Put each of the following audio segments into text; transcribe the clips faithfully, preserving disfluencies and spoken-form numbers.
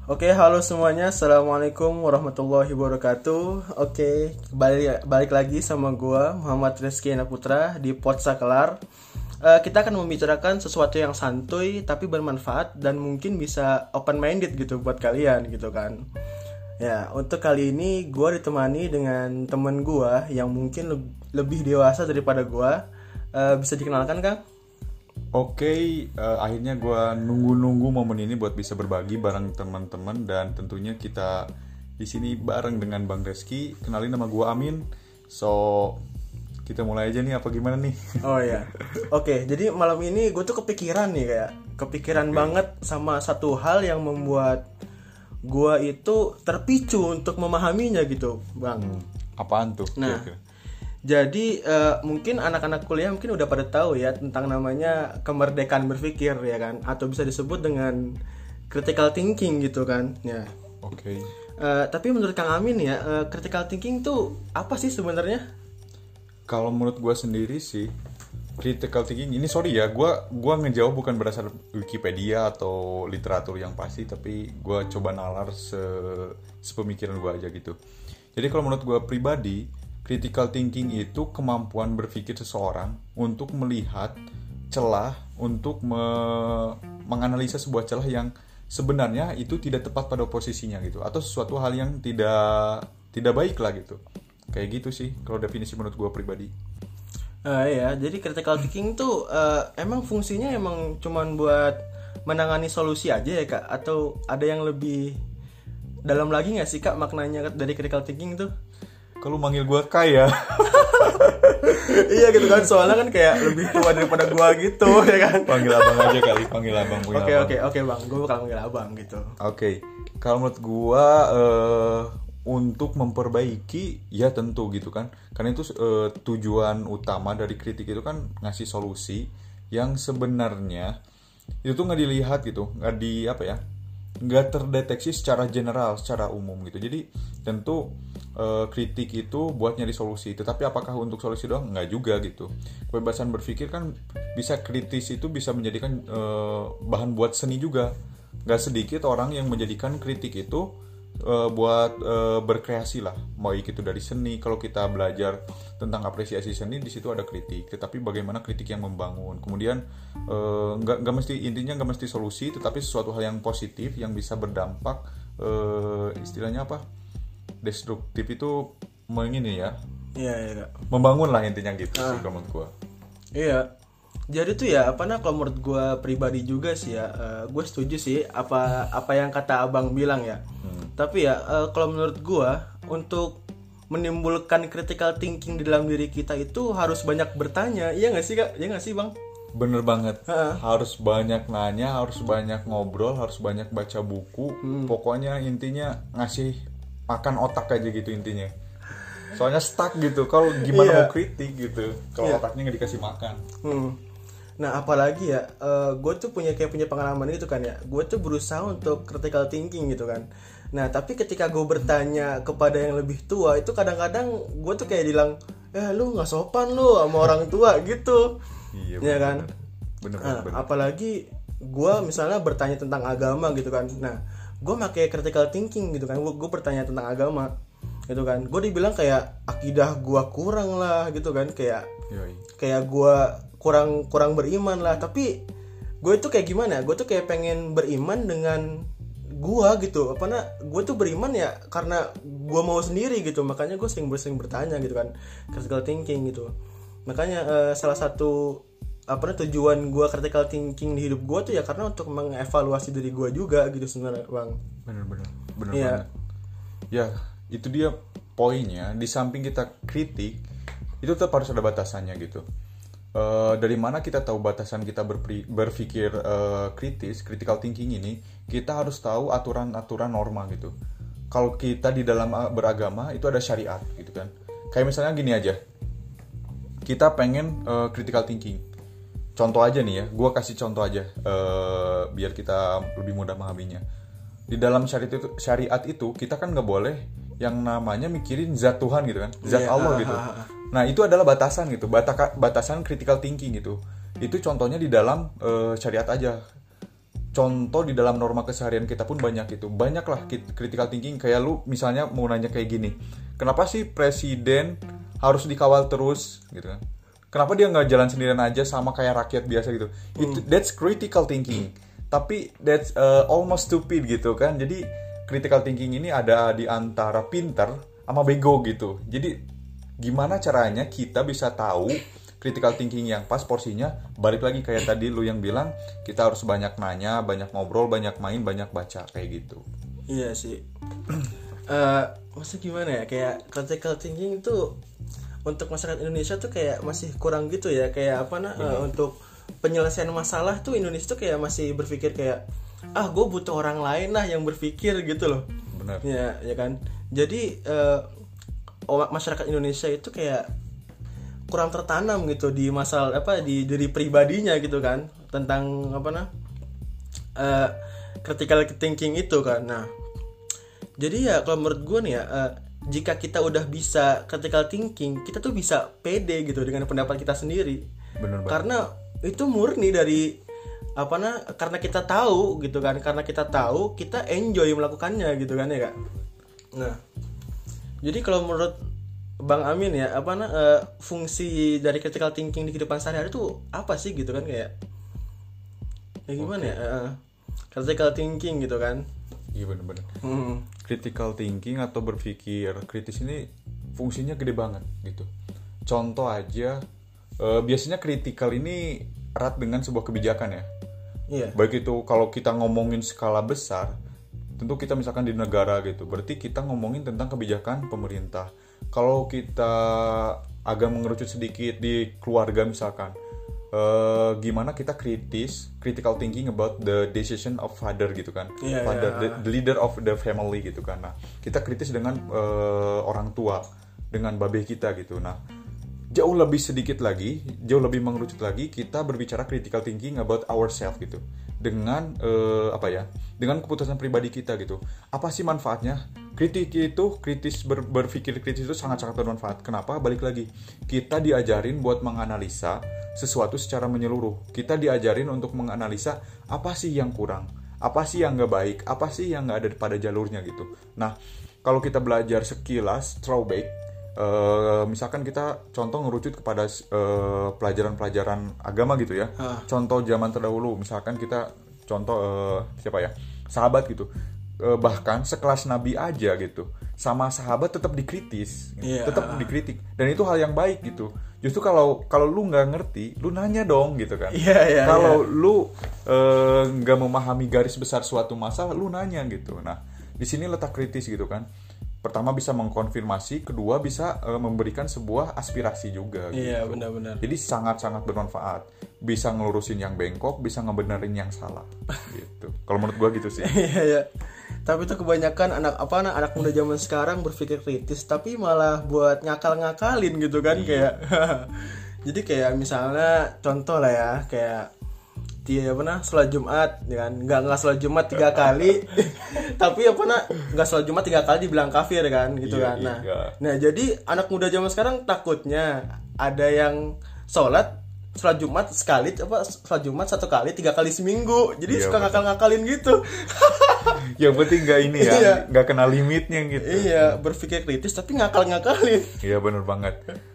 Oke, halo semuanya. Assalamualaikum warahmatullahi wabarakatuh. Oke, balik balik lagi sama gua Muhammad Rizky Putra di Potsa Kelar. Eh, kita akan membicarakan sesuatu yang santuy tapi bermanfaat dan mungkin bisa open minded gitu buat kalian gitu kan. Ya, untuk kali ini gua ditemani dengan temen gua yang mungkin leb- lebih dewasa daripada gua. Eh, bisa dikenalkan, Kang? Oke, eh, akhirnya gue nunggu-nunggu momen ini buat bisa berbagi bareng teman-teman dan tentunya kita di sini bareng dengan Bang Reski. Kenalin, nama gue Amin. So, kita mulai aja nih, apa gimana nih? Oh ya, oke. Jadi malam ini gue tuh kepikiran nih kayak kepikiran Oke. banget sama satu hal yang membuat gue itu terpicu untuk memahaminya gitu, Bang. Apaan tuh? Nah, kira-kira? jadi eh, mungkin anak-anak kuliah mungkin udah pada tahu ya tentang namanya kemerdekaan berpikir ya kan, atau bisa disebut dengan critical thinking gitu kan. Ya. Oke. Eh, tapi menurut Kang Amin ya, eh, critical thinking tuh apa sih sebenarnya? Kalau menurut gue sendiri sih, critical thinking ini, sorry ya, gue gua ngejawab bukan berdasar Wikipedia atau literatur yang pasti, tapi gue coba nalar se sepemikiran gue aja gitu. Jadi kalau menurut gue pribadi, critical thinking itu kemampuan berpikir seseorang untuk melihat celah, untuk me- menganalisa sebuah celah yang sebenarnya itu tidak tepat pada posisinya gitu, atau sesuatu hal yang tidak tidak baik lah gitu. Kayak gitu sih kalau definisi menurut gue pribadi. Eh ya, jadi critical thinking tuh eh, emang fungsinya emang cuman buat menangani solusi aja ya Kak? Atau ada yang lebih dalam lagi nggak sih Kak maknanya dari critical thinking tuh? Kalau manggil gue kaya, Iya gitu kan, soalnya kan kayak lebih tua daripada gua gitu ya kan? panggil abang aja kali, panggil abang. panggil Oke abang. oke oke bang, gue bakal manggil abang gitu. Oke, kalau menurut gua eh, untuk memperbaiki ya tentu gitu kan, karena itu eh, tujuan utama dari kritik itu kan ngasih solusi yang sebenarnya itu tuh nggak dilihat gitu, nggak di apa ya, nggak terdeteksi secara general, secara umum gitu. Jadi tentu eh, kritik itu buat nyari solusi, tetapi apakah untuk solusi doang? Nggak juga gitu. Kebebasan berpikir kan bisa, kritis itu bisa menjadikan eh, bahan buat seni juga. Nggak sedikit orang yang menjadikan kritik itu uh, buat uh, berkreasi lah, mau itu dari seni. Kalau kita belajar tentang apresiasi seni, di situ ada kritik, tetapi bagaimana kritik yang membangun. Kemudian uh, nggak nggak mesti, intinya nggak mesti solusi, tetapi sesuatu hal yang positif yang bisa berdampak, uh, istilahnya apa, destruktif itu mengini ya, Iya iya Kak. membangun lah intinya gitu Ah. sih kalau menurut gua. Iya. Jadi tuh ya apa nah kalau menurut gue pribadi juga sih ya, gue setuju sih apa apa yang kata abang bilang ya. Hmm. Tapi ya eh, kalau menurut gue untuk menimbulkan critical thinking di dalam diri kita itu harus banyak bertanya. Iya nggak sih Kak? Iya nggak sih Bang? Bener banget. Ha. Harus banyak nanya, harus banyak ngobrol, harus banyak baca buku. Pokoknya intinya ngasih makan otak aja gitu intinya. Soalnya stuck gitu, kalau gimana Iya. mau kritik gitu kalau Iya. otaknya nggak dikasih makan. Hmm. Nah apalagi ya, gue tuh punya kayak punya pengalaman gitu kan ya. Gue tuh berusaha untuk critical thinking gitu kan. Nah tapi ketika gue bertanya kepada yang lebih tua itu kadang-kadang gue tuh kayak bilang, eh lu nggak sopan lu sama orang tua gitu. Iya, Iya kan? Bener Nah, bener. apalagi gue misalnya bertanya tentang agama gitu kan. Nah gue pakai critical thinking gitu kan. Gue bertanya tentang agama gitu kan. Gue dibilang kayak akidah gue kurang lah gitu kan. Kayak Yoi. kayak gue kurang kurang beriman lah. Tapi gue tuh kayak gimana? Gue tuh kayak pengen beriman dengan gue gitu. Apa nah? Gue tuh beriman ya karena gue mau sendiri gitu. Makanya gue sering sering bertanya gitu kan. Critical thinking gitu. Makanya eh, salah satu apa namanya tujuan gue critical thinking di hidup gue tuh ya karena untuk mengevaluasi diri gue juga gitu sebenarnya Bang. Bener bener. Bener Iya. banget. Ya, itu dia poinnya. Di samping kita kritik, itu tetap harus ada batasannya gitu. Eh, dari mana kita tahu batasan kita berpri- berpikir eh, kritis, critical thinking ini, kita harus tahu aturan-aturan norma gitu. Kalau kita di dalam eh, beragama itu ada syariat gitu kan. Kayak misalnya gini aja, kita pengen eh, critical thinking. Contoh aja nih ya, gue kasih contoh aja eh, biar kita lebih mudah memahaminya. Di dalam syariat itu, syariat itu kita kan nggak boleh yang namanya mikirin zat Tuhan gitu kan, zat Iya, Allah ah, gitu. ah, ah. Nah itu adalah batasan gitu, bataka, batasan critical thinking gitu. Itu contohnya di dalam uh, syariat aja. contoh di dalam norma keseharian kita pun banyak itu. Banyak lah critical thinking. Kayak lu misalnya mau nanya kayak gini, kenapa sih presiden harus dikawal terus gitu kan? Kenapa dia nggak jalan sendirian aja sama kayak rakyat biasa gitu? Hmm. Itu that's critical thinking. Tapi that's uh, almost stupid gitu kan. Jadi critical thinking ini ada di antara pinter sama bego gitu. Jadi gimana caranya kita bisa tahu critical thinking yang pas porsinya? Balik lagi kayak tadi lu yang bilang, kita harus banyak nanya, banyak ngobrol, banyak main, banyak baca kayak gitu. Iya sih. uh, maksudnya gimana ya? Kayak critical thinking itu untuk masyarakat Indonesia tuh kayak masih kurang gitu ya. Kayak apa nah? Uh, untuk penyelesaian masalah tuh Indonesia tuh kayak masih berpikir kayak, ah gue butuh orang lain lah yang berpikir gitu loh. Benar. Ya, ya kan. Jadi uh, masyarakat Indonesia itu kayak kurang tertanam gitu di masalah apa di diri pribadinya gitu kan, tentang apa nah uh, critical thinking itu kan. Nah, jadi ya kalau menurut gue nih ya, uh, jika kita udah bisa critical thinking, kita tuh bisa pede gitu dengan pendapat kita sendiri. Bener banget. Karena itu murni dari apa nah karena kita tahu gitu kan, karena kita tahu kita enjoy melakukannya gitu kan ya kak. Nah, jadi kalau menurut Bang Amin ya, apa nah uh, fungsi dari critical thinking di kehidupan sehari-hari itu apa sih gitu kan, kayak ya gimana okay. ya uh, critical thinking gitu kan. Iya benar-benar. Hmm. Critical thinking atau berpikir kritis ini fungsinya gede banget gitu. Contoh aja, uh, biasanya critical ini erat dengan sebuah kebijakan ya. Iya. Baik itu kalau kita ngomongin skala besar, tentu kita misalkan di negara gitu, berarti kita ngomongin tentang kebijakan pemerintah. Kalau kita agak mengerucut sedikit di keluarga misalkan, uh, gimana kita kritis, critical thinking about the decision of father gitu kan, yeah, father, yeah. The, the leader of the family gitu kan. Nah, kita kritis dengan uh, orang tua, dengan babe kita gitu. Nah, jauh lebih sedikit lagi, jauh lebih mengerucut lagi, kita berbicara critical thinking about ourselves gitu, dengan uh, apa ya, dengan keputusan pribadi kita gitu. Apa sih manfaatnya? Kritik itu, kritis ber, berpikir kritis itu sangat-sangat bermanfaat. Kenapa? Balik lagi, kita diajarin buat menganalisa sesuatu secara menyeluruh. Kita diajarin untuk menganalisa apa sih yang kurang, apa sih yang nggak baik, apa sih yang nggak ada pada jalurnya gitu. Nah, kalau kita belajar sekilas, throwback, uh, misalkan kita contoh ngerucut kepada uh, pelajaran-pelajaran agama gitu ya. Huh. Contoh zaman terdahulu, misalkan kita contoh uh, siapa ya, sahabat gitu. Bahkan sekelas Nabi aja gitu, sama sahabat tetap dikritis, yeah. tetap dikritik, dan itu hal yang baik gitu. Justru kalau kalau lu nggak ngerti, lu nanya dong gitu kan. Yeah, yeah, kalau yeah. lu nggak uh, memahami garis besar suatu masalah, lu nanya gitu. Nah, di sini letak kritis gitu kan. Pertama bisa mengkonfirmasi, kedua bisa uh, memberikan sebuah aspirasi juga. Iya, gitu. benar-benar. Jadi sangat-sangat bermanfaat. Bisa ngelurusin yang bengkok, bisa ngebenerin yang salah. Gitu. Kalau menurut gua gitu sih. Iya, iya. Tapi itu kebanyakan anak apa anak, anak muda zaman sekarang berpikir kritis, tapi malah buat ngakal-ngakalin gitu kan. Iya. Kayak jadi kayak misalnya contoh lah ya, kayak dia apa nah sholat Jumat ya kan, nggak nggak sholat Jumat tiga kali tapi apa nah nggak sholat Jumat tiga kali dibilang kafir kan gitu iya, kan. Nah iya. nah jadi anak muda zaman sekarang takutnya ada yang sholat sholat Jumat sekali apa sholat Jumat satu kali tiga kali seminggu, jadi iya, suka ngakal-ngakalin gitu. Yang penting nggak ini ya, iya. nggak kena limitnya gitu. Iya, berpikir kritis tapi ngakal-ngakalin. Iya benar banget.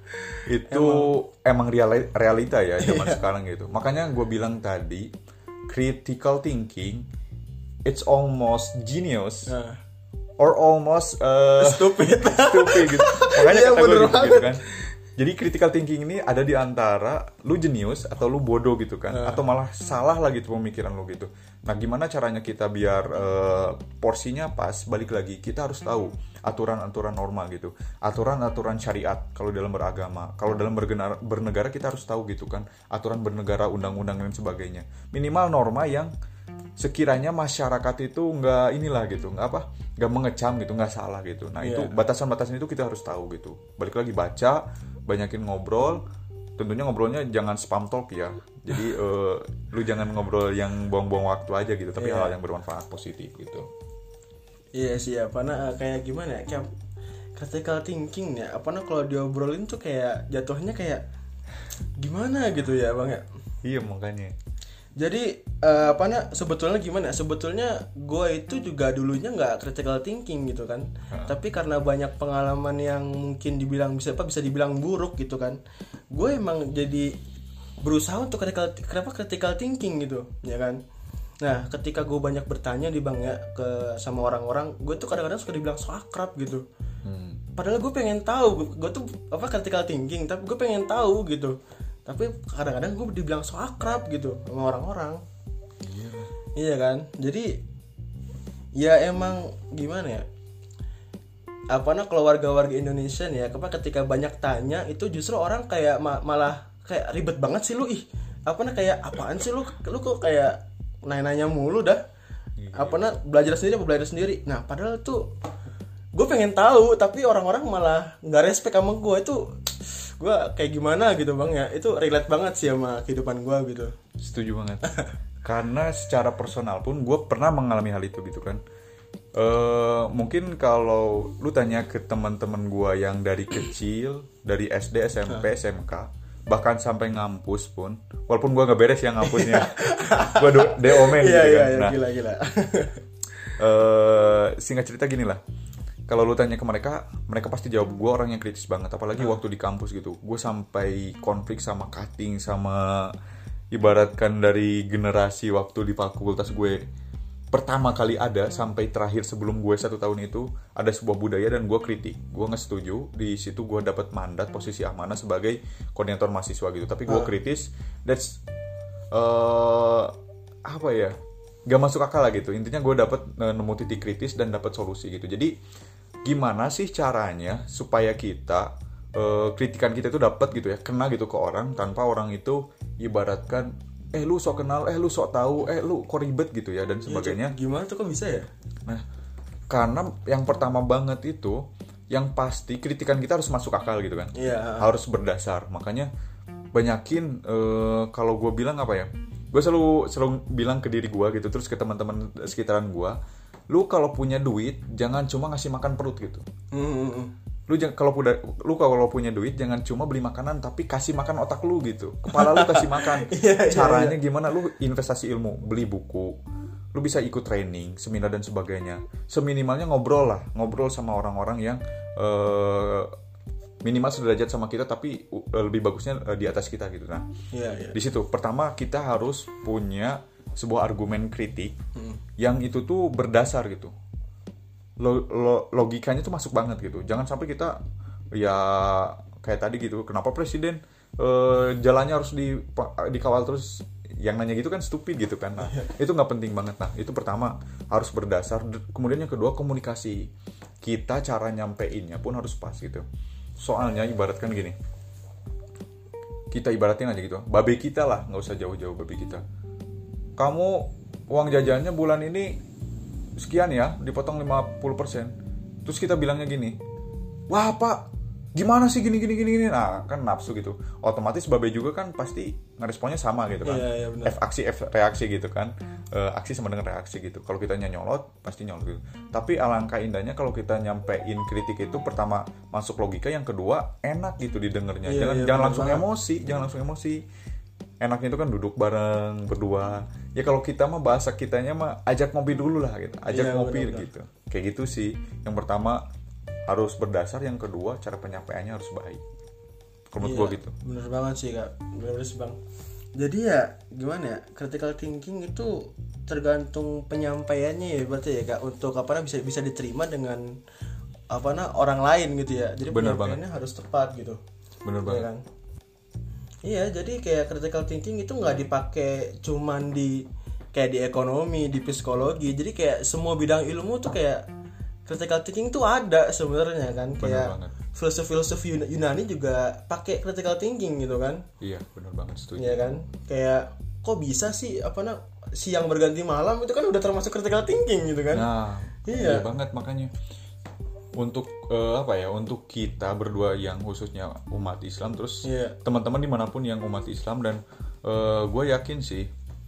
Itu emang, emang realita ya zaman iya. sekarang gitu. Makanya gue bilang tadi, critical thinking it's almost genius uh. or almost uh, stupid. stupid gitu. Makanya iya, kata gue gitu, gitu kan. Jadi critical thinking ini ada di antara lu jenius atau lu bodoh gitu kan, uh. atau malah salah lah gitu pemikiran lu gitu. Nah, gimana caranya kita biar uh, porsinya pas? Balik lagi, kita harus tahu aturan-aturan norma gitu, aturan-aturan syariat kalau dalam beragama, kalau dalam bergenar, bernegara kita harus tahu gitu kan, aturan bernegara, undang-undang dan sebagainya. Minimal norma yang sekiranya masyarakat itu nggak inilah gitu, nggak apa, nggak mengecam gitu, nggak salah gitu. Nah yeah. itu batasan-batasan itu kita harus tahu gitu. Balik lagi baca, banyakin ngobrol. Tentunya ngobrolnya jangan spam talk ya. Jadi uh, lu jangan ngobrol yang buang-buang waktu aja gitu, tapi yeah. hal yang bermanfaat, positif gitu. Iya sih, apa nah kayak gimana ya? Kayak critical thinking ya. Apa nah kalau diobrolin tuh kayak jatuhnya kayak gimana gitu ya, Bang ya? Iya makanya. Jadi eh, apa na sebetulnya gimana? Sebetulnya gue itu juga dulunya nggak critical thinking gitu kan. Hmm. Tapi karena banyak pengalaman yang mungkin dibilang bisa apa bisa dibilang buruk gitu kan. Gue emang jadi berusaha untuk critical kenapa critical thinking gitu, ya kan? Nah, ketika gue banyak bertanya di bang ya ke sama orang-orang, gue tuh kadang-kadang suka dibilang so akrab gitu. Hmm. Padahal gue pengen tahu, gue tuh apa critical thinking, tapi gue pengen tahu gitu. Tapi kadang-kadang gue dibilang so akrab gitu sama orang-orang. Iya. Iya kan? Jadi ya emang gimana ya? Apa nah keluarga-warga Indonesia nih ya, apa ketika banyak tanya itu justru orang kayak ma- malah kayak ribet banget sih lu ih. Apa nah kayak apaan sih lu? Lu kok kayak nanya-nanya mulu dah. Iya. Apa nah belajar sendiri apa belajar sendiri. Nah, padahal tuh gue pengen tahu tapi orang-orang malah nggak respect sama gue itu. Gue kayak gimana gitu bang ya, itu relate banget sih sama kehidupan gue gitu. Setuju banget. Karena secara personal pun gue pernah mengalami hal itu gitu kan. Uh, mungkin kalau lu tanya ke teman-teman gue yang dari kecil, dari S D, S M P, S M K, bahkan sampai ngampus pun, walaupun gue nggak beres ya ngampusnya, gue D O men gitu kan. Iya, nah, gila gila. uh, singkat cerita gini lah. Kalau lu tanya ke mereka, mereka pasti jawab gue orang yang kritis banget. Apalagi waktu di kampus gitu, gue sampai konflik sama cutting, sama ibaratkan dari generasi waktu di fakultas gue pertama kali ada sampai terakhir sebelum gue satu tahun itu ada sebuah budaya dan gue kritik, gue nggak setuju. Di situ gue dapat mandat posisi amanah sebagai koordinator mahasiswa gitu. Tapi gue kritis, that's uh, apa ya? Gak masuk akal lah gitu. Intinya gue dapat uh, nemu titik kritis dan dapat solusi gitu. Jadi gimana sih caranya supaya kita uh, kritikan kita itu dapat gitu ya, kena gitu ke orang tanpa orang itu ibaratkan eh lu sok kenal, eh lu sok tahu, eh lu kok ribet gitu ya dan sebagainya. Ya, gimana tuh kok bisa ya? Nah, karena yang pertama banget itu yang pasti kritikan kita harus masuk akal gitu kan. Iya. Harus berdasar. Makanya banyakin uh, kalau gue bilang apa ya? Gue selalu selalu bilang ke diri gue gitu, terus ke teman-teman sekitaran gue, lu kalau punya duit jangan cuma ngasih makan perut gitu. Mm-hmm. Lu jangan kalau punya lu kalau punya duit jangan cuma beli makanan tapi kasih makan otak lu gitu. Kepala lu kasih makan. yeah, Caranya yeah, yeah. Gimana? Lu investasi ilmu, beli buku, lu bisa ikut training, seminar dan sebagainya. Seminimalnya ngobrol lah, ngobrol sama orang-orang yang uh, minimal sederajat sama kita tapi lebih bagusnya di atas kita gitu. Nah, yeah, yeah. Di situ pertama kita harus punya sebuah argumen kritik hmm. yang itu tuh berdasar gitu. Lo, lo, logikanya tuh masuk banget gitu. Jangan sampai kita ya kayak tadi gitu. Kenapa presiden eh, jalannya harus di, dikawal terus? Yang nanya gitu kan stupid gitu kan. Nah, yeah. Itu nggak penting banget. Nah, itu pertama harus berdasar. Kemudian yang kedua komunikasi. Kita cara nyampeinnya pun harus pas gitu. Soalnya ibaratkan gini, kita ibaratin aja gitu, babe kita lah, nggak usah jauh-jauh babe kita. Kamu uang jajannya bulan ini sekian ya, dipotong lima puluh persen. Terus kita bilangnya gini, wah pak, gimana sih gini gini gini gini. Nah kan nafsu gitu. Otomatis babe juga kan pasti ngeresponnya sama gitu kan. Iya, iya, benar. F aksi F reaksi gitu kan. Uh, aksi sama dengan reaksi gitu. Kalau kita nyolot pasti nyolot gitu. Tapi alangkah indahnya kalau kita nyampein kritik itu pertama masuk logika, yang kedua enak gitu didengarnya. Iya, jangan iya, jangan langsung banget. emosi, jangan langsung emosi. Enaknya itu kan duduk bareng berdua. Ya kalau kita mah bahasa kitanya mah ajak ngopi dulu lah gitu. Ajak iya, ngopi benar-benar. gitu. Kayak gitu sih. Yang pertama harus berdasar, yang kedua cara penyampaiannya harus baik. Kalau menurut iya, gue gitu. Bener banget sih kak, bener sih bang. Jadi ya gimana ya, critical thinking itu tergantung penyampaiannya ya berarti ya kak, untuk apa bisa bisa diterima dengan apa nah orang lain gitu ya. Jadi Bener penyampaiannya banget. harus tepat gitu. Bener Ya banget. kan? Iya, jadi kayak critical thinking itu nggak dipakai cuman di kayak di ekonomi, di psikologi. Jadi kayak semua bidang ilmu tuh kayak critical thinking tuh ada sebenarnya kan. Bener kayak banget. filsuf-filsuf Yunani juga pakai critical thinking gitu kan. Iya, benar banget, setuju. Iya kan? Kayak kok bisa sih apa nah siang berganti malam itu kan udah termasuk critical thinking gitu kan. Nah, iya. iya banget makanya. Untuk uh, apa ya? Untuk kita berdua yang khususnya umat Islam, terus Iya. teman-teman dimanapun yang umat Islam, dan uh, gue yakin sih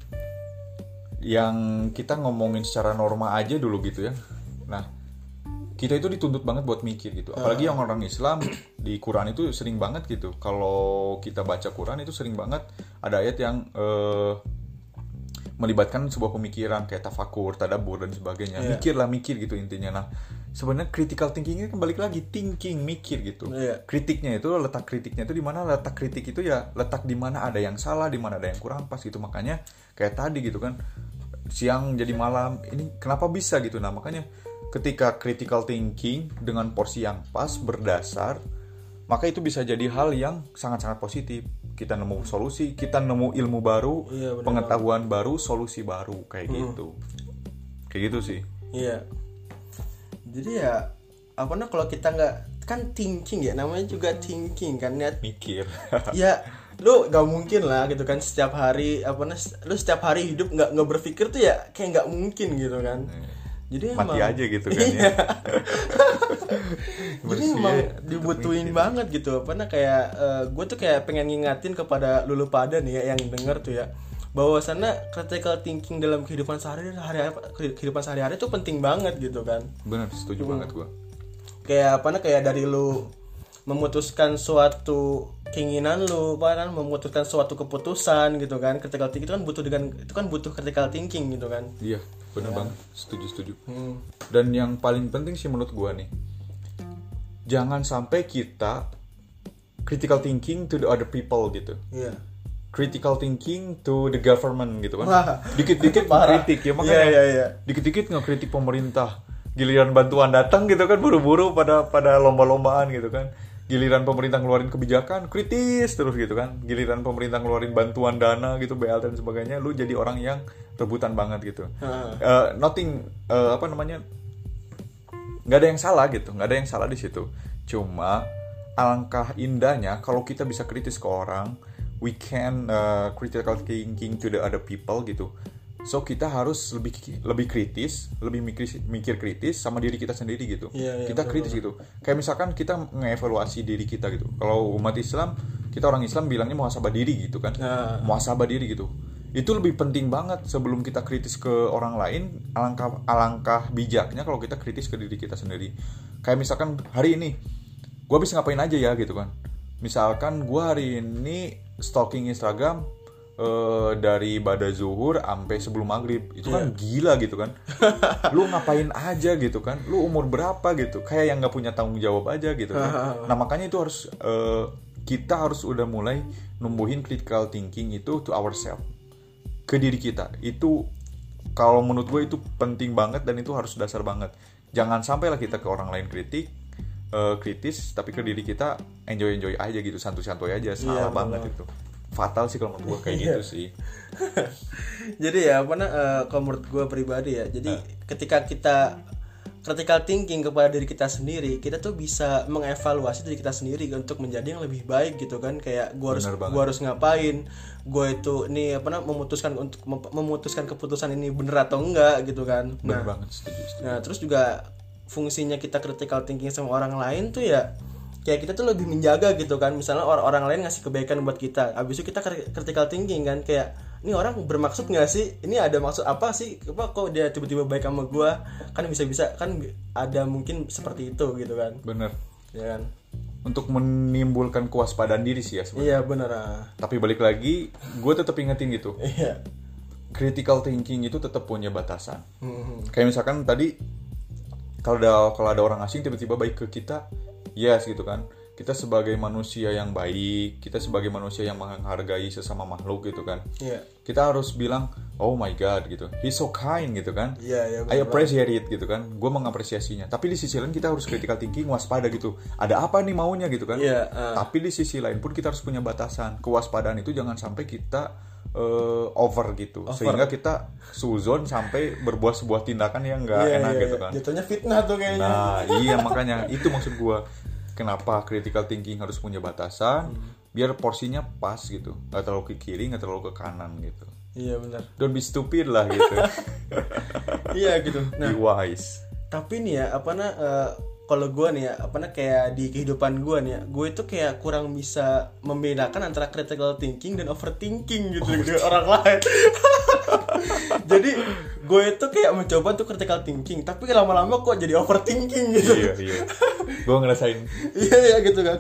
yang kita ngomongin secara norma aja dulu gitu ya. Nah, kita itu dituntut banget buat mikir gitu. Apalagi yang orang Islam di Quran itu sering banget gitu. Kalau kita baca Quran itu sering banget ada ayat yang uh, melibatkan sebuah pemikiran kayak tafakur, tadabbur dan sebagainya. Iya. Mikirlah mikir gitu intinya. Nah, sebenarnya critical thinking ini kembali lagi thinking, mikir gitu. Iya. Kritiknya itu letak kritiknya itu di mana? Letak kritik itu ya letak di mana ada yang salah, di mana ada yang kurang pas gitu. Makanya kayak tadi gitu kan. Siang jadi malam, ini kenapa bisa gitu. Nah, makanya ketika critical thinking dengan porsi yang pas berdasar, maka itu bisa jadi hal yang sangat-sangat positif. Kita nemu solusi, kita nemu ilmu baru, Iya, benar pengetahuan baru, solusi baru kayak gitu. Kayak gitu sih. Iya. Jadi ya apa nah kalau kita nggak kan thinking ya, namanya juga thinking kan ya. Mikir. Ya lu nggak mungkin lah gitu kan setiap hari apa nah lu setiap hari hidup nggak nggak berpikir tuh ya kayak nggak mungkin gitu kan. Jadi Mati emang, aja gitu kan iya. ya. Jadi Bersih emang ya, dibutuhin mikir. banget gitu. Apa nah kayak uh, gue tuh kayak pengen ngingatin kepada lulu pada nih ya yang denger tuh ya, bahwasannya critical thinking dalam kehidupan sehari-hari kehidupan sehari-hari itu penting banget gitu kan. Benar, setuju Hmm. banget gua. Kayak apa nah kayak dari lu memutuskan suatu keinginan lu, apa kan memutuskan suatu keputusan gitu kan. Critical thinking itu kan butuh dengan itu kan butuh critical thinking gitu kan. Iya, benar banget. Setuju, setuju. Hmm. Dan yang paling penting sih menurut gua nih, jangan sampai kita critical thinking to the other people gitu. Iya. Critical thinking to the government gitu kan. Wah. Dikit-dikit Parah. kritik ya makanya. Iya, iya, iya. Dikit-dikit ngekritik pemerintah. Giliran bantuan datang gitu kan buru-buru pada pada lomba-lombaan gitu kan. Giliran pemerintah ngeluarin kebijakan kritis terus gitu kan. Giliran pemerintah ngeluarin bantuan dana gitu B L T dan sebagainya, lu jadi orang yang rebutan banget gitu. Hmm. Uh, nothing uh, apa namanya? Nggak ada yang salah gitu, nggak ada yang salah di situ. Cuma alangkah indahnya kalau kita bisa kritis ke orang, we can uh, critical thinking to the other people gitu. So kita harus lebih lebih kritis, lebih mikir, mikir kritis sama diri kita sendiri gitu. Iya, iya, kita betul, kritis betul. gitu. Kayak misalkan kita mengevaluasi diri kita gitu. Kalau umat Islam, kita orang Islam bilangnya muhasabah diri gitu kan. Nah. Muhasabah diri gitu. Itu lebih penting banget sebelum kita kritis ke orang lain. Alangkah alangkah bijaknya kalau kita kritis ke diri kita sendiri. Kayak misalkan hari ini gue bisa ngapain aja ya gitu kan. Misalkan gue hari ini stalking Instagram uh, dari bada zuhur sampai sebelum maghrib, itu kan Yeah. gila gitu kan. Lu ngapain aja gitu kan, lu umur berapa gitu, kayak yang nggak punya tanggung jawab aja gitu kan. Nah makanya itu harus uh, kita harus udah mulai numbuhin critical thinking itu to ourselves, ke diri kita. Itu kalau menurut gue itu penting banget dan itu harus dasar banget. Jangan sampailah kita ke orang lain kritik, uh, kritis, tapi ke diri kita enjoy enjoy aja gitu, santuy-santuy aja. Salah Iya, banget bener. itu, fatal sih kalau menurut gue kayak gitu sih. Jadi ya apa nah uh, kalau menurut gue pribadi ya. Jadi ketika kita critical thinking kepada diri kita sendiri, kita tuh bisa mengevaluasi diri kita sendiri untuk menjadi yang lebih baik gitu kan. Kayak gue harus Bener banget. gue harus ngapain, gue itu nih apa nah memutuskan untuk mem- memutuskan keputusan ini bener atau enggak gitu kan. Bener Nah, banget, setuju, setuju. Nah, terus juga fungsinya kita critical thinking sama orang lain tuh ya kayak kita tuh lebih menjaga gitu kan. Misalnya orang-orang lain ngasih kebaikan buat kita, abis itu kita critical thinking kan, kayak ini orang bermaksud nggak sih, ini ada maksud apa sih, apa kok dia tiba-tiba baik sama gua, kan bisa-bisa kan ada mungkin seperti itu gitu kan. Bener. Ya kan. Untuk menimbulkan kewaspadaan diri sih ya sebenarnya. Iya bener ah. Tapi balik lagi, gue tetap ingetin gitu, Iya. critical thinking itu tetap punya batasan. Hmm. Kayak misalkan tadi kalau ada kalau ada orang asing tiba-tiba baik ke kita, yes gitu kan. Kita sebagai manusia yang baik, kita sebagai manusia yang menghargai sesama makhluk gitu kan. Iya. Kita harus bilang, oh my god gitu, he's so kind gitu kan. Iya, iya, I bener appreciate it gitu kan. Gue mengapresiasinya. Tapi di sisi lain kita harus critical thinking, waspada gitu. Ada apa nih maunya gitu kan. Iya, ah. Tapi di sisi lain pun kita harus punya batasan. Kewaspadaan itu jangan sampai kita uh, over gitu. Over. Sehingga kita suzon sampai berbuat sebuah tindakan yang nggak Iya, enak iya, gitu iya. kan. Jatuhnya fitnah tuh kayaknya. Nah iya makanya itu maksud gue. Kenapa critical thinking harus punya batasan, biar porsinya pas gitu, nggak terlalu ke kiri, nggak terlalu ke kanan gitu. Iya benar. Don't be stupid lah gitu. Iya gitu. Nah, Be wise. tapi nih ya apa nah eh, kalau gue nih ya apa nah kayak di kehidupan gue nih ya, gue itu kayak kurang bisa membedakan antara critical thinking dan overthinking gitu dengan orang lain. Jadi gue itu kayak mencoba tuh critical thinking, tapi lama-lama kok jadi overthinking gitu. Iya iya. Gue ngerasain. Iya iya gitu kan.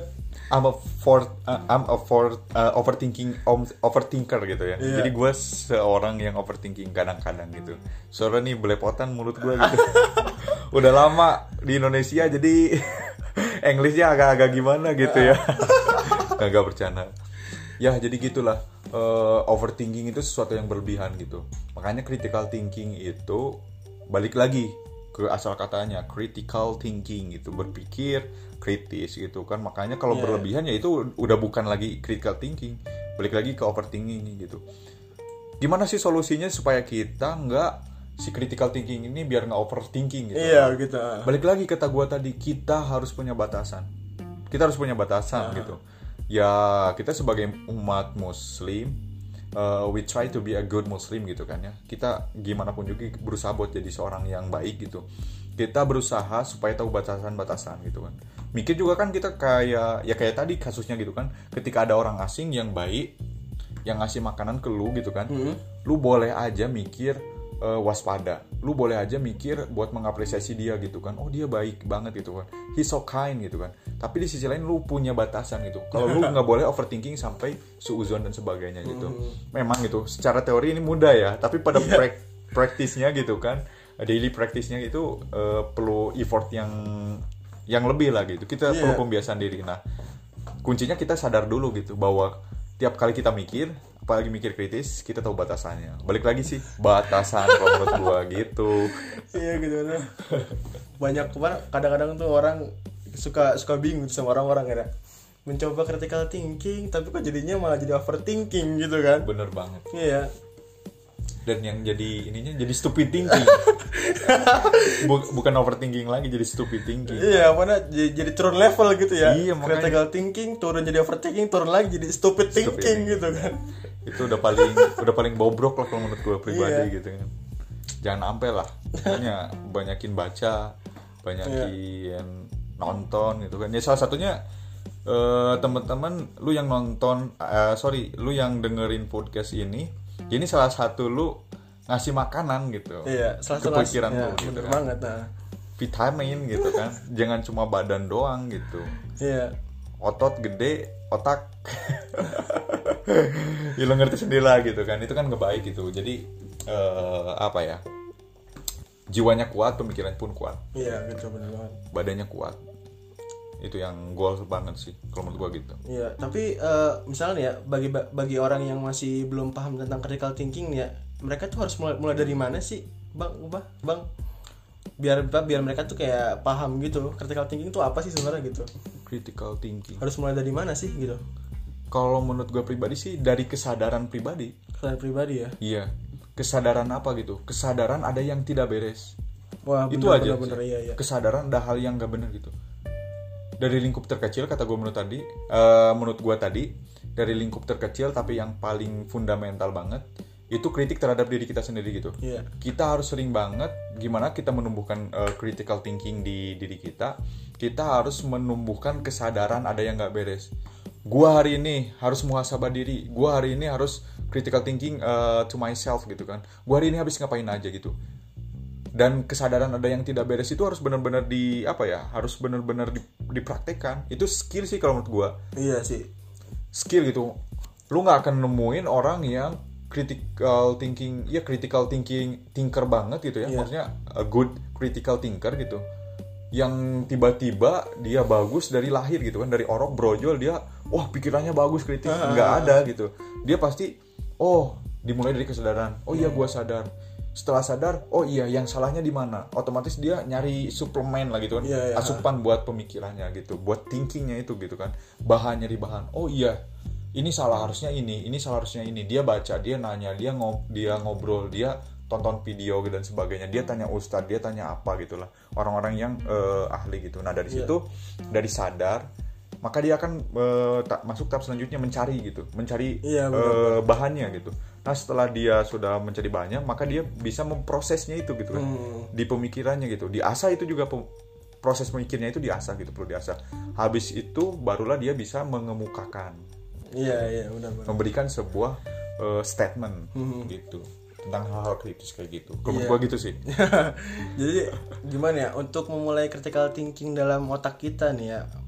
I'm a for uh, I'm a for uh, overthinking um, overthinker gitu ya. Iya. Jadi gue seorang yang overthinking kadang-kadang gitu. Soalnya nih belepotan mulut gue gitu. Udah lama di Indonesia jadi Englishnya agak-agak gimana gitu ya. Agak bercanda. Ya jadi gitulah. Uh, overthinking itu sesuatu yang berlebihan gitu. Makanya critical thinking itu balik lagi ke asal katanya critical thinking gitu, berpikir kritis gitu kan. Makanya kalau Yeah. berlebihan ya itu udah bukan lagi critical thinking, balik lagi ke overthinking gitu. Gimana sih solusinya supaya kita nggak si critical thinking ini biar nggak overthinking gitu? Iya gitu. Balik lagi kata gua tadi, kita harus punya batasan. Kita harus punya batasan Uh-huh. gitu. Ya kita sebagai umat Muslim, uh, we try to be a good Muslim gitu kan ya. Kita gimana pun juga berusaha buat jadi seorang yang baik gitu. Kita berusaha supaya tahu batasan-batasan gitu kan. Mikir juga kan kita kayak ya kayak tadi kasusnya gitu kan. Ketika ada orang asing yang baik, yang ngasih makanan ke lu gitu kan, Mm-hmm. lu boleh aja mikir uh, waspada. Lu boleh aja mikir buat mengapresiasi dia gitu kan. Oh dia baik banget gitu kan. He's so kind gitu kan. Tapi di sisi lain lu punya batasan gitu. Kalau lu nggak boleh overthinking sampai suuzon dan sebagainya gitu. Memang gitu. Secara teori ini mudah ya. Tapi pada Yeah. prak- praktisnya gitu kan, daily praktisnya itu uh, perlu effort yang yang lebih lah gitu. Kita Yeah. perlu pembiasaan diri. Nah kuncinya kita sadar dulu gitu bahwa tiap kali kita mikir, apalagi mikir kritis, kita tahu batasannya. Balik lagi sih, batasan kalau menurut gua gitu. Iya gitu nah. Banyak kemarin kadang-kadang tuh orang suka suka bingung sama orang-orang ya. Mencoba critical thinking tapi kok jadinya malah jadi overthinking gitu kan. Bener banget. Iya. Dan yang jadi ininya jadi stupid thinking. Buk- bukan overthinking lagi, jadi stupid thinking. Iya, mana jadi, jadi turun level gitu ya. Iya, makanya. Critical thinking turun jadi overthinking, turun lagi jadi stupid thinking thinking. gitu kan. Itu udah paling udah paling bobrok lah kalau menurut gue pribadi Iya. gitu kan. Jangan sampai lah. Makanya banyakin baca, banyakin Iya. nonton gitu kan. Ya salah satunya eh, teman-teman lu yang nonton eh, sorry, lu yang dengerin podcast ini, ini salah satu lu ngasih makanan gitu. Iya, salah satu kepikiran ya, lu gitu bener kan. banget nah. Vitamin gitu kan. Jangan cuma badan doang gitu. Iya. Otot gede, otak ya lo ngerti sendiri lah gitu kan. Itu kan ngebaik gitu. Jadi eh, apa ya, jiwanya kuat, pemikiran pun kuat, Iya, gitu bener banget. badannya kuat. Itu yang goals banget sih kalau menurut gua gitu. Iya, tapi eh, misalnya ya bagi bagi orang yang masih belum paham tentang critical thinking ya, mereka tuh harus mulai, mulai dari mana sih, Bang? Ubah, Bang. Biar biar mereka tuh kayak paham gitu. Critical thinking tuh apa sih sebenarnya gitu? Critical thinking. Harus mulai dari mana sih gitu? Kalau menurut gua pribadi sih dari kesadaran pribadi. Kesadaran pribadi ya. Iya. Kesadaran apa gitu? Kesadaran ada yang tidak beres. Wah, Itu bener, aja bener, bener, sih. iya, iya. Kesadaran ada hal yang gak bener gitu. Dari lingkup terkecil kata gue menurut tadi, eh, menurut gue tadi dari lingkup terkecil tapi yang paling fundamental banget itu kritik terhadap diri kita sendiri gitu. Iya. Kita harus sering banget gimana kita menumbuhkan eh, critical thinking di diri kita. Kita harus menumbuhkan kesadaran ada yang gak beres. Gua hari ini harus muhasabah diri. Gua hari ini harus critical thinking uh, to myself gitu kan. Gua hari ini habis ngapain aja gitu. Dan kesadaran ada yang tidak beres itu harus benar-benar di apa ya? Harus benar-benar di, dipraktekkan. Itu skill sih kalau menurut gua. Iya sih. Skill gitu. Lu nggak akan nemuin orang yang critical thinking, ya critical thinking thinker banget gitu ya. Iya. Maksudnya a good critical thinker gitu. Yang tiba-tiba dia bagus dari lahir gitu kan, dari orok brojol dia wah pikirannya bagus kritis, nggak ada gitu. Dia pasti oh dimulai dari kesadaran, oh iya gua sadar. Setelah sadar, oh iya yang salahnya di mana, otomatis dia nyari suplemen lah gitu kan, Iya, iya. asupan buat pemikirannya gitu, buat thinkingnya itu gitu kan, bahan nyari bahan, oh iya ini salah harusnya ini, ini salah harusnya ini. Dia baca, dia nanya, dia ngob dia ngobrol, dia tonton video dan sebagainya, dia tanya ustadz, dia tanya apa gitulah, orang-orang yang uh, ahli gitu. Nah dari Iya. situ, dari sadar, maka dia akan uh, ta- masuk tahap selanjutnya mencari gitu, mencari Iya, uh, bahannya gitu. Nah setelah dia sudah mencari bahannya, maka dia bisa memprosesnya itu gitu kan, Hmm. di pemikirannya gitu, diasah itu juga pem- proses memikirnya itu diasah gitu, perlu diasah. Habis itu barulah dia bisa mengemukakan, Iya, iya, benar-benar. memberikan sebuah uh, statement Hmm. gitu tentang hal-hal kritis kayak gitu. Kalau Iya. gua gitu sih. Jadi gimana ya untuk memulai critical thinking dalam otak kita nih ya?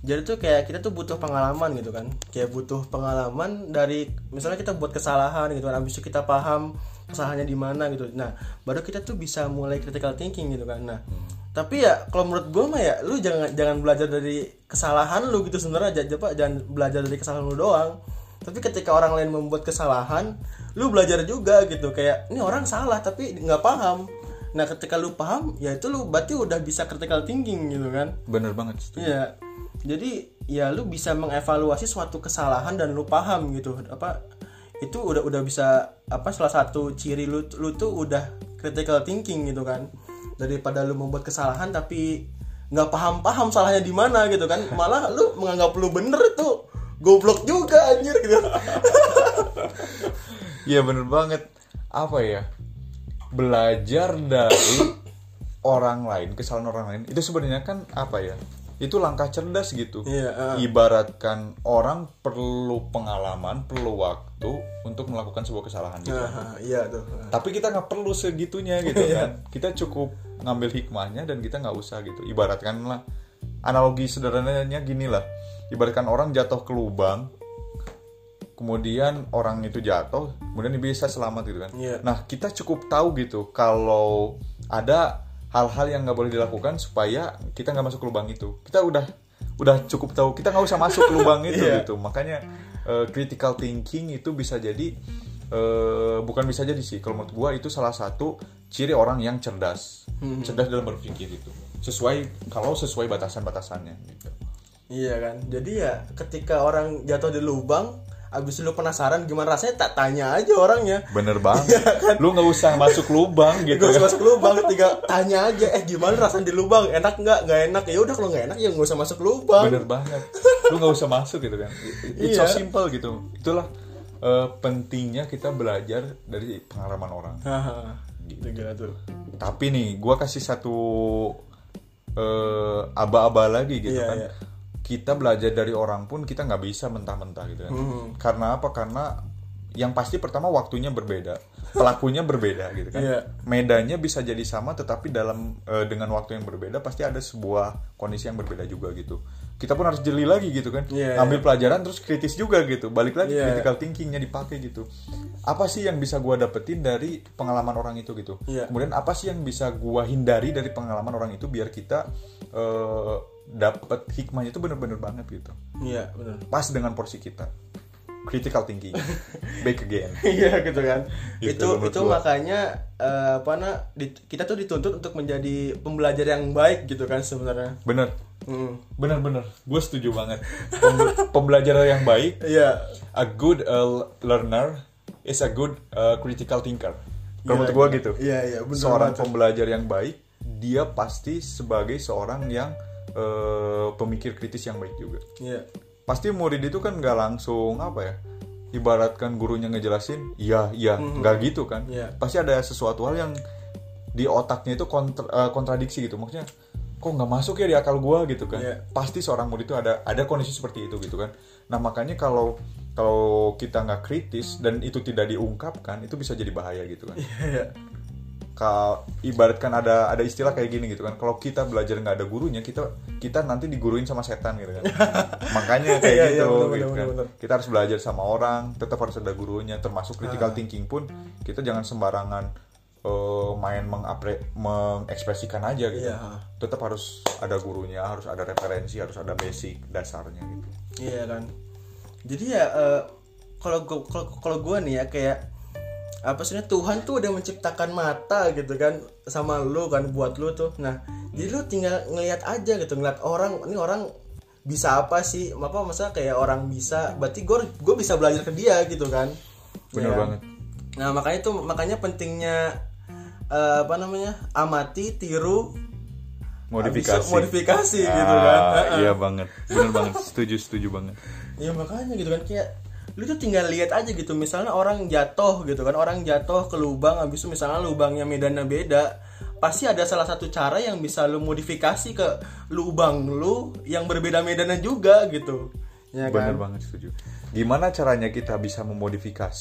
Jadi tuh kayak kita tuh butuh pengalaman gitu kan. Kayak butuh pengalaman dari misalnya kita buat kesalahan gitu kan, habis itu kita paham kesalahannya di mana gitu. Nah, baru kita tuh bisa mulai critical thinking gitu kan. Nah, hmm. tapi ya kalau menurut gue mah ya lu jangan jangan belajar dari kesalahan lu gitu sebenarnya, jangan jangan belajar dari kesalahan lu doang. Tapi ketika orang lain membuat kesalahan, lu belajar juga gitu. Kayak ini orang salah tapi nggak paham. Nah, ketika lu paham, ya itu lu berarti udah bisa critical thinking gitu kan. Bener banget. Iya. Jadi ya lu bisa mengevaluasi suatu kesalahan dan lu paham gitu. Apa itu udah udah bisa apa salah satu ciri lu lu tuh udah critical thinking gitu kan. Daripada lu membuat kesalahan tapi nggak paham-paham salahnya di mana gitu kan. Malah lu menganggap lu bener itu goblok juga anjir gitu. Iya bener banget. Apa ya? Belajar dari orang lain, kesalahan orang lain itu sebenarnya kan apa ya? Itu langkah cerdas gitu. Iya, uh. Ibaratkan orang perlu pengalaman, perlu waktu untuk melakukan sebuah kesalahan gitu. Uh, iya tuh. Uh. Tapi kita nggak perlu segitunya gitu kan. Kita cukup ngambil hikmahnya dan kita nggak usah gitu. Ibaratkanlah analogi sederhananya gini lah. Ibaratkan orang jatuh ke lubang, kemudian orang itu jatuh, kemudian bisa selamat gitu kan. Yeah. Nah kita cukup tahu gitu kalau ada hal-hal yang nggak boleh dilakukan supaya kita nggak masuk ke lubang itu. Kita udah udah cukup tahu, kita nggak usah masuk ke lubang itu yeah. gitu. Makanya uh, critical thinking itu bisa jadi uh, bukan bisa jadi sih. Kalau menurut gua itu salah satu ciri orang yang cerdas, hmm. cerdas dalam berpikir itu. Sesuai kalau sesuai batasan-batasannya gitu. Iya kan. Jadi ya ketika orang jatuh di lubang, abis lu penasaran gimana rasanya, tak tanya aja orangnya. Bener banget. Kan? Lu nggak usah masuk lubang gitu. Gak usah masuk lubang, tinggal tanya aja. Eh gimana rasanya di lubang? Enak nggak? Nggak enak. Ya udah kalau nggak enak ya nggak usah masuk lubang. Bener banget. Lu nggak usah masuk gitu kan. It's so simple gitu. Itulah uh, pentingnya kita belajar dari pengalaman orang. Gitu. Gitu. Tapi nih, gue kasih satu uh, aba-aba lagi gitu yeah, kan. Yeah. Kita belajar dari orang pun kita nggak bisa mentah-mentah gitu kan. Hmm. Karena apa? Karena yang pasti pertama waktunya berbeda, pelakunya berbeda gitu kan. Yeah. Medannya bisa jadi sama, tetapi dalam e, dengan waktu yang berbeda pasti ada sebuah kondisi yang berbeda juga gitu. Kita pun harus jeli lagi gitu kan. Yeah, Ambil yeah. pelajaran terus kritis juga gitu. Balik lagi yeah. critical thinkingnya dipakai gitu. Apa sih yang bisa gua dapetin dari pengalaman orang itu gitu. Yeah. Kemudian apa sih yang bisa gua hindari dari pengalaman orang itu biar kita e, dapat hikmahnya itu bener-bener banget gitu. Iya, benar. Pas dengan porsi kita. Critical thinking. Back again. Iya gitu kan. Gitu, itu itu gua. Makanya uh, apa na di, kita tuh dituntut untuk menjadi pembelajar yang baik gitu kan sebenarnya. Bener. Hmm. Bener-bener. Gue setuju banget. Pem- pembelajar yang baik. Iya. A good uh, learner is a good uh, critical thinker. Kalau menurut gue gitu. Iya, iya, bener. Seorang banget. pembelajar yang baik, dia pasti sebagai seorang yang Uh, pemikir kritis yang baik juga. Iya. Pasti murid itu kan nggak langsung apa ya, ibaratkan gurunya ngejelasin, iya iya, mm-hmm. nggak gitu kan. Yeah. Pasti ada sesuatu hal yang di otaknya itu kontra, uh, kontradiksi gitu. Maksudnya, kok nggak masuk ya di akal gua gitu kan. Yeah. Pasti seorang murid itu ada ada kondisi seperti itu gitu kan. Nah makanya kalau kalau kita nggak kritis dan itu tidak diungkapkan, itu bisa jadi bahaya gitu kan. Yeah. Kalau ibaratkan ada ada istilah kayak gini gitu kan, kalau kita belajar nggak ada gurunya, kita kita nanti diguruin sama setan gitu kan. Makanya kayak iya, gitu, iya, bener, gitu bener, kan. bener. Kita harus belajar sama orang, tetap harus ada gurunya, termasuk critical ah. thinking pun kita jangan sembarangan uh, main mengapre, mengekspresikan aja gitu. Iya. Tetap harus ada gurunya, harus ada referensi, harus ada basic dasarnya gitu. Iya kan. Jadi ya uh, kalau kalau kalau gue nih ya kayak apa sih, Tuhan tuh udah menciptakan mata gitu kan sama lu kan, buat lu tuh. Nah, hmm. jadi lu tinggal ngelihat aja gitu, ngeliat orang, ini orang bisa apa sih? Apa masa kayak orang bisa, berarti gue gue bisa belajar ke dia gitu kan. Benar ya. banget. Nah, makanya tuh makanya pentingnya uh, apa namanya? amati, tiru, modifikasi. Modifikasi ah, gitu kan. Iya banget. Benar banget. Setuju, setuju banget. Iya makanya gitu kan, kayak lu tuh tinggal lihat aja gitu, misalnya orang jatuh gitu kan, orang jatuh ke lubang, abis itu misalnya lubangnya medannya beda, pasti ada salah satu cara yang bisa lu modifikasi ke lubang lu yang berbeda medannya juga gitu ya kan? Bener banget, setuju. Gimana caranya kita bisa memodifikasi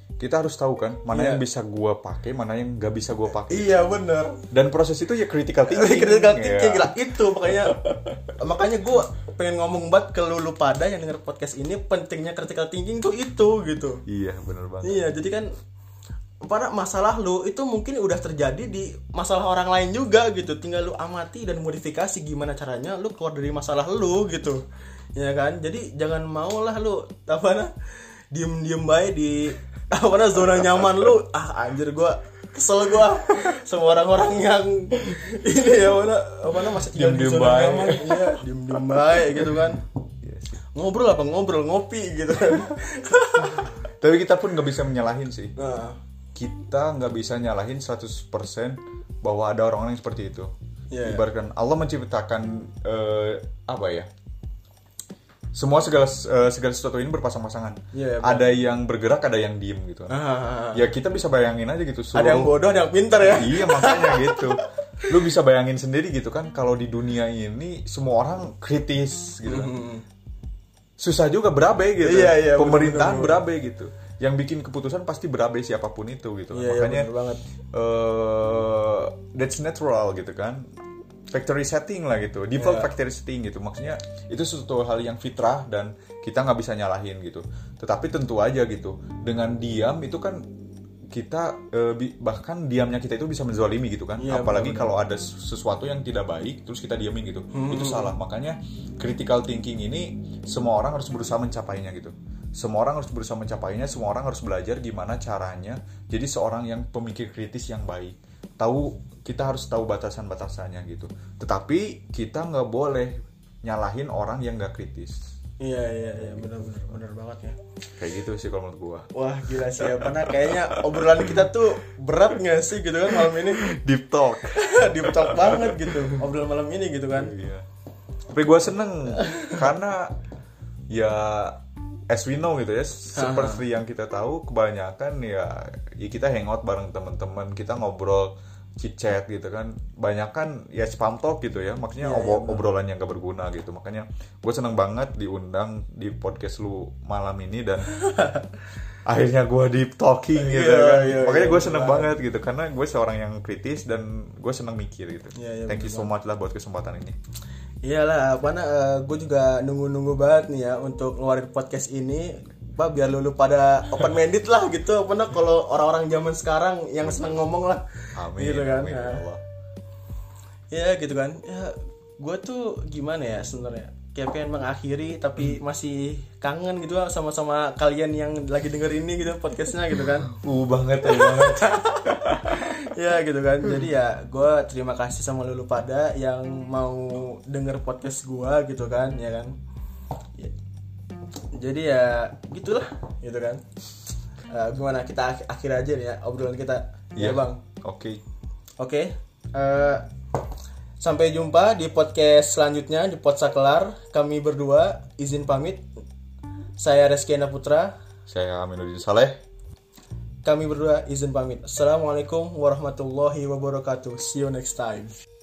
kita harus tahu kan mana Iya. yang bisa gua pakai, mana yang nggak bisa gua pakai. Iya bener. Dan proses itu ya critical thinking. Critical thinking Iya. lah itu makanya makanya gue pengen ngomong banget ke lu, lu pada yang denger podcast ini, pentingnya critical thinking tuh itu gitu. Iya, bener banget. Iya, jadi kan pada masalah lu itu mungkin udah terjadi di masalah orang lain juga gitu. Tinggal lu amati dan modifikasi gimana caranya lu keluar dari masalah lu gitu. Ya kan? Jadi jangan maulah lu apa nah diem-diem baik di apa nah zona nyaman lu. Ah anjir gua kesel gua sama orang-orang yang ini ya mana apa nah masih tinggal di Diem-diem zona baik. nyaman. Iya, diem-diem baik gitu kan. Iya sih. Ngobrol apa ngobrol ngopi gitu kan. Tapi kita pun nggak bisa menyalahin sih. Nah, Kita nggak bisa nyalahin seratus persen bahwa ada orang-orang yang seperti itu. Iya. Ibaratkan Allah menciptakan eh, apa ya? Semua segala eh, segala sesuatu ini berpasang-pasangan. Iya, Ada yang bergerak, ada yang diem gitu. ah, Ya kita bisa bayangin aja gitu. ada yang bodoh, ada yang pintar ya. Iya makanya gitu. Lu bisa bayangin sendiri gitu kan, kalau di dunia ini semua orang kritis gitu kan. Hmm. Susah juga berabe gitu. Iya, iya, Pemerintahan bener-bener. berabe gitu. Yang bikin keputusan pasti berabe siapapun itu gitu. Iya, iya, Makanya bener banget. eh, that's natural gitu kan. Factory setting lah gitu. Default Iya. factory setting gitu. Maksudnya itu suatu hal yang fitrah dan kita nggak bisa nyalahin gitu. Tetapi tentu aja gitu. Dengan diam itu kan kita eh, bi- bahkan diamnya kita itu bisa menzalimi gitu kan. Iya, Apalagi benar-benar. kalau ada sesuatu yang tidak baik terus kita diamin gitu. Itu salah. Makanya critical thinking ini semua orang harus berusaha mencapainya gitu. Semua orang harus berusaha mencapainya, semua orang harus belajar gimana caranya jadi seorang yang pemikir kritis yang baik. Tahu, kita harus tahu batasan-batasannya gitu. Tetapi kita nggak boleh nyalahin orang yang nggak kritis. Iya iya iya benar-benar benar banget ya. Kayak gitu sih kalau menurut gua. Wah gila sih ya, karena kayaknya obrolan kita tuh berat nggak sih gitu kan malam ini. Deep talk. Deep talk banget gitu obrolan malam ini gitu kan. Iya. Tapi gua seneng karena ya as we know gitu ya, seperti yang kita tahu kebanyakan ya, ya kita hangout bareng teman-teman, kita ngobrol chit-chat gitu kan, banyak kan ya spam talk gitu ya, maksudnya Iya, ob- iya, obrolan yang gak berguna gitu. Makanya gue seneng banget diundang di podcast lu malam ini dan akhirnya gue deep talking gitu Iya, kan. iya, Makanya iya, gue bener seneng banget. banget gitu karena gue seorang yang kritis dan gue seneng mikir gitu. Iya, iya, Thank you bener so much lah buat kesempatan ini. Iyalah, apa uh, gue juga nunggu-nunggu banget nih ya untuk ngeluarin podcast ini, Pak, biar lu pada open minded lah gitu, apa nah kalau orang-orang zaman sekarang yang seneng ngomong lah, Amin. gitu kan. Amin, ya Nah, Allah. ya gitu kan, ya gue tuh gimana ya sebenarnya, kayak pengen mengakhiri tapi masih kangen gitu lah sama-sama kalian yang lagi denger ini gitu podcastnya gitu kan. Uh banget ya banget. Ya gitu kan, jadi ya gue terima kasih sama lulu pada yang mau denger podcast gue gitu kan, ya kan. Ya. Jadi ya gitulah gitu kan. Uh, gimana kita ak- akhir aja nih ya obrolan kita. Iya Ya bang. Oke. Oke. Uh, sampai jumpa di podcast selanjutnya di Potsa Kelar. Kami berdua izin pamit. Saya Reski Enda Putra. Saya Aminuddin Saleh. Kami berdua izin pamit. Assalamualaikum warahmatullahi wabarakatuh. See you next time.